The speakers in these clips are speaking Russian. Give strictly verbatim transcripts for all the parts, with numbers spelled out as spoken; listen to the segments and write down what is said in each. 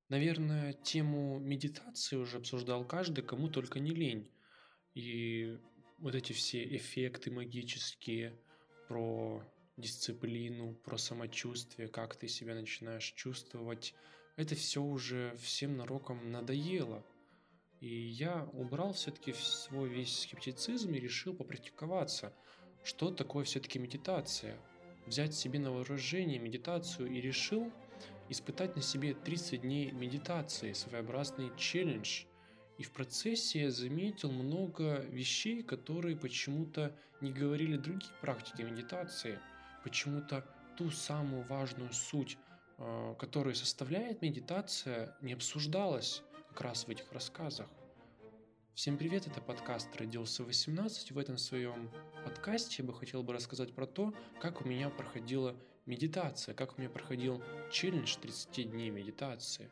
Наверное, тему медитации уже обсуждал каждый, кому только не лень. И вот эти все эффекты магические про дисциплину, про самочувствие, как ты себя начинаешь чувствовать, это все уже всем нароком надоело. И я убрал все-таки свой весь скептицизм и решил попрактиковаться. Что такое все-таки медитация? Взять себе на вооружение медитацию и решил испытать на себе тридцать дней медитации, своеобразный челлендж. И в процессе я заметил много вещей, которые почему-то не говорили другие практики медитации. Почему-то ту самую важную суть, э, которую составляет медитация, не обсуждалась как раз в этих рассказах. Всем привет, это подкаст «Родился в восемнадцать». В этом своем подкасте я бы хотел бы рассказать про то, как у меня проходила медитация, как у меня проходил челлендж тридцать дней медитации.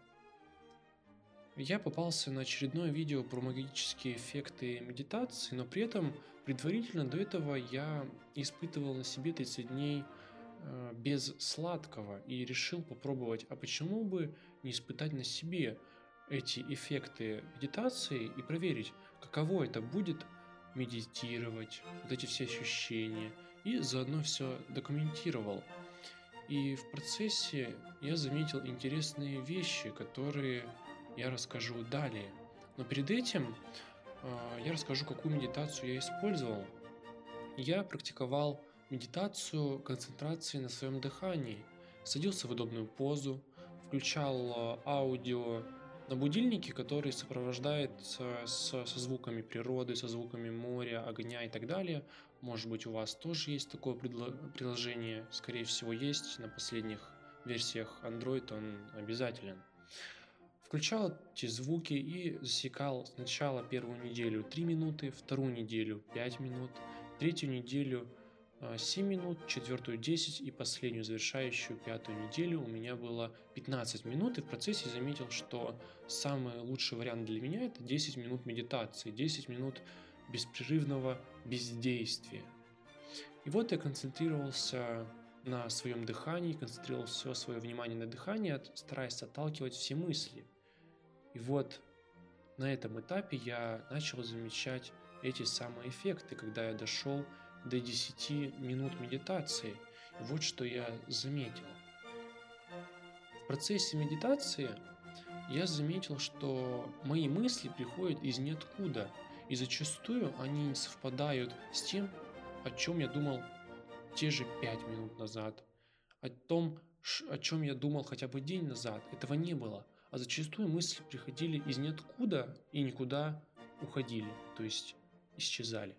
Я попался на очередное видео про магические эффекты медитации, но при этом предварительно до этого я испытывал на себе тридцать дней э, без сладкого и решил попробовать, а почему бы не испытать на себе эти эффекты медитации и проверить, каково это будет медитировать, вот эти все ощущения, и заодно все документировал. И в процессе я заметил интересные вещи, которые я расскажу далее. Но перед этим а, я расскажу, какую медитацию я использовал. Я практиковал медитацию концентрации на своем дыхании. Садился в удобную позу, включал а, аудио на будильнике, который сопровождается со, со звуками природы, со звуками моря, огня и так далее. Может быть, у вас тоже есть такое предло- приложение, скорее всего, есть. На последних версиях Android он обязателен. Включал эти звуки и засекал сначала первую неделю три минуты, вторую неделю пять минут, третью неделю а, семь минут, четвертую десять и последнюю завершающую пятую неделю у меня было пятнадцать минут. И в процессе заметил, что самый лучший вариант для меня это десять минут медитации, десять минут беспрерывного бездействия. И вот я концентрировался на своем дыхании, концентрировал все свое внимание на дыхании, от- стараясь отталкивать все мысли. И вот на этом этапе я начал замечать эти самые эффекты, когда я дошел до десяти минут медитации. И вот что я заметил. В процессе медитации я заметил, что мои мысли приходят из ниоткуда, и зачастую они не совпадают с тем, о чем я думал те же пять минут назад, о том, ш- о чем я думал хотя бы день назад. Этого не было. А зачастую мысли приходили из ниоткуда и никуда уходили, то есть исчезали.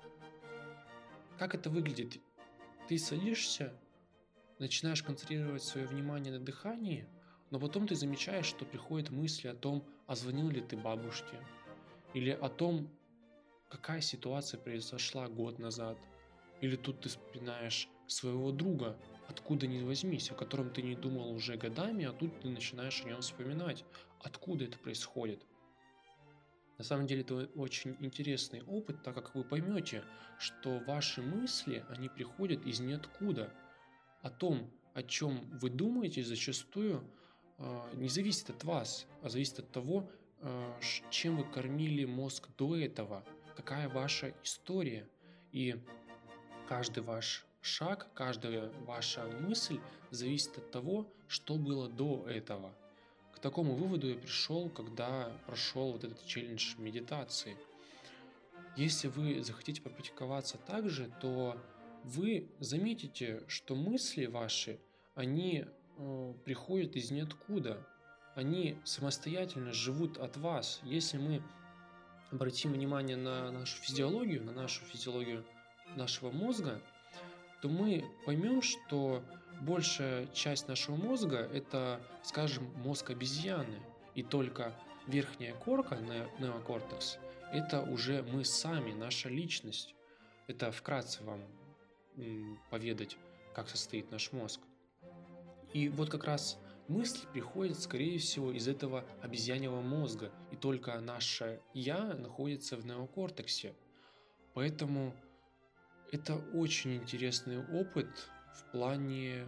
Как это выглядит? Ты садишься, начинаешь концентрировать свое внимание на дыхании, но потом ты замечаешь, что приходят мысли о том, а звонил ли ты бабушке, или о том, какая ситуация произошла год назад. Или тут ты вспоминаешь своего друга, откуда ни возьмись, о котором ты не думал уже годами, а тут ты начинаешь о нем вспоминать. Откуда это происходит? На самом деле это очень интересный опыт, так как вы поймете, что ваши мысли, они приходят из ниоткуда. О том, о чем вы думаете, зачастую а, не зависит от вас, а зависит от того, а, ш- чем вы кормили мозг до этого, какая ваша история. И каждый ваш шаг, каждая ваша мысль зависит от того, что было до этого. К такому выводу я пришел, когда прошел вот этот челлендж медитации. Если вы захотите попрактиковаться так же, то вы заметите, что мысли ваши, они э, приходят из ниоткуда. Они самостоятельно живут от вас. Если мы обратим внимание на нашу физиологию, на нашу физиологию нашего мозга, то мы поймем, что большая часть нашего мозга это, скажем, мозг обезьяны, и только верхняя корка, не- неокортекс, это уже мы сами, наша личность. Это вкратце вам м, поведать, как состоит наш мозг. И вот как раз мысли приходят, скорее всего, из этого обезьяньего мозга, и только наше «я» находится в неокортексе. Поэтому это очень интересный опыт в плане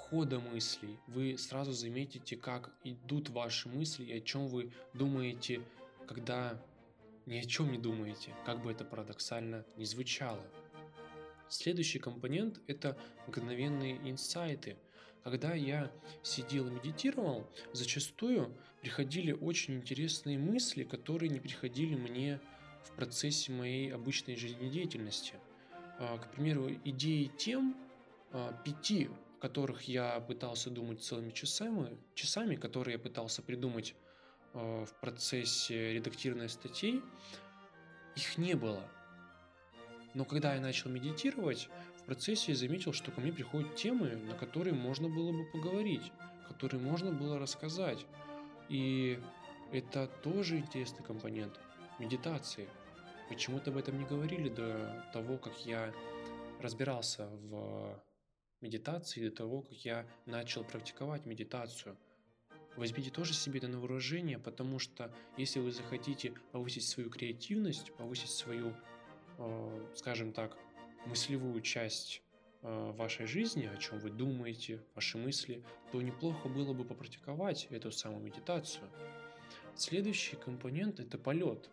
хода мыслей. Вы сразу заметите, как идут ваши мысли и о чем вы думаете, когда ни о чем не думаете, как бы это парадоксально ни звучало. Следующий компонент – это мгновенные инсайты. Когда я сидел и медитировал, зачастую приходили очень интересные мысли, которые не приходили мне в процессе моей обычной жизнедеятельности. А, К примеру, идеи тем, а, пяти, о которых я пытался думать целыми часами, часами, которые я пытался придумать а, в процессе редактирования статей, их не было. Но когда я начал медитировать, в процессе я заметил, что ко мне приходят темы, на которые можно было бы поговорить, которые можно было рассказать. И это тоже интересный компонент медитации. Почему-то об этом не говорили до того, как я разбирался в медитации, до того, как я начал практиковать медитацию. Возьмите тоже себе это на вооружение, потому что если вы захотите повысить свою креативность, повысить свою, э, скажем так, мыслевую часть э, вашей жизни, о чем вы думаете, ваши мысли, то неплохо было бы попрактиковать эту самую медитацию. Следующий компонент – это полет.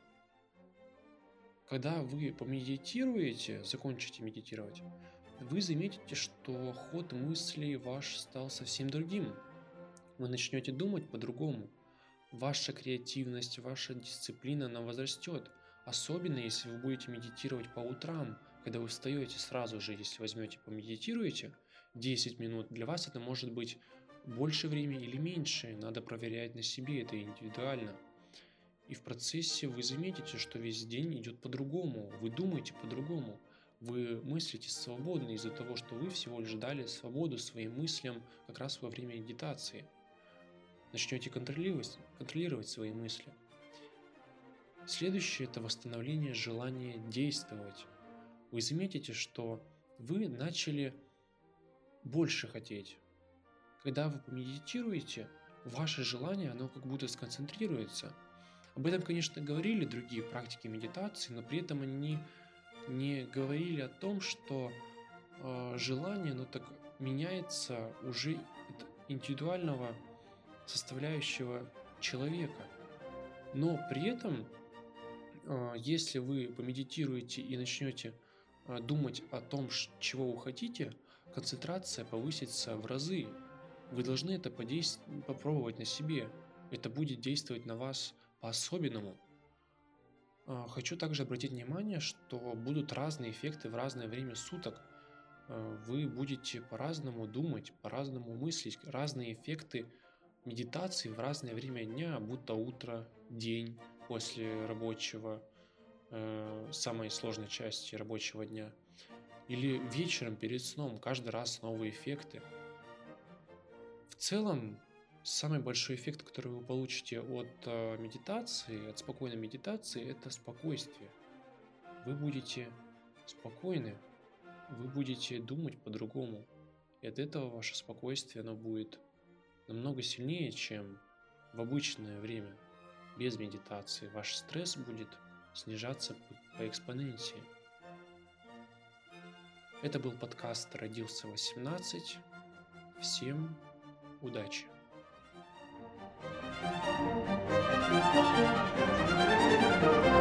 Когда вы помедитируете, закончите медитировать, вы заметите, что ход мыслей ваш стал совсем другим. Вы начнете думать по-другому. Ваша креативность, ваша дисциплина, она возрастет. Особенно, если вы будете медитировать по утрам, когда вы встаете сразу же, если возьмете, помедитируете десять минут, для вас это может быть больше времени или меньше, надо проверять на себе, это индивидуально. И в процессе вы заметите, что весь день идет по-другому, вы думаете по-другому, вы мыслите свободно из-за того, что вы всего лишь дали свободу своим мыслям как раз во время медитации. Начнете контролировать, контролировать свои мысли. Следующее – это восстановление желания действовать. Вы заметите, что вы начали больше хотеть. Когда вы помедитируете, ваше желание, оно как будто сконцентрируется. Об этом, конечно, говорили другие практики медитации, но при этом они не говорили о том, что э, желание, оно так меняется уже от индивидуального составляющего человека. Но при этом, э, если вы помедитируете и начнете э, думать о том, ш- чего вы хотите, концентрация повысится в разы. Вы должны это подейс- попробовать на себе. Это будет действовать на вас по-особенному. А, Хочу также обратить внимание, что будут разные эффекты в разное время суток. А, Вы будете по-разному думать, по-разному мыслить, разные эффекты медитации в разное время дня, будто утро, день после рабочего, э, самой сложной части рабочего дня, или вечером перед сном, каждый раз новые эффекты. В целом, самый большой эффект, который вы получите от э, медитации, от спокойной медитации, это спокойствие. Вы будете спокойны, вы будете думать по-другому. И от этого ваше спокойствие, оно будет намного сильнее, чем в обычное время, без медитации. Ваш стресс будет снижаться по по экспоненте. Это был подкаст «Родился восемнадцать». Всем удачи! Thank you.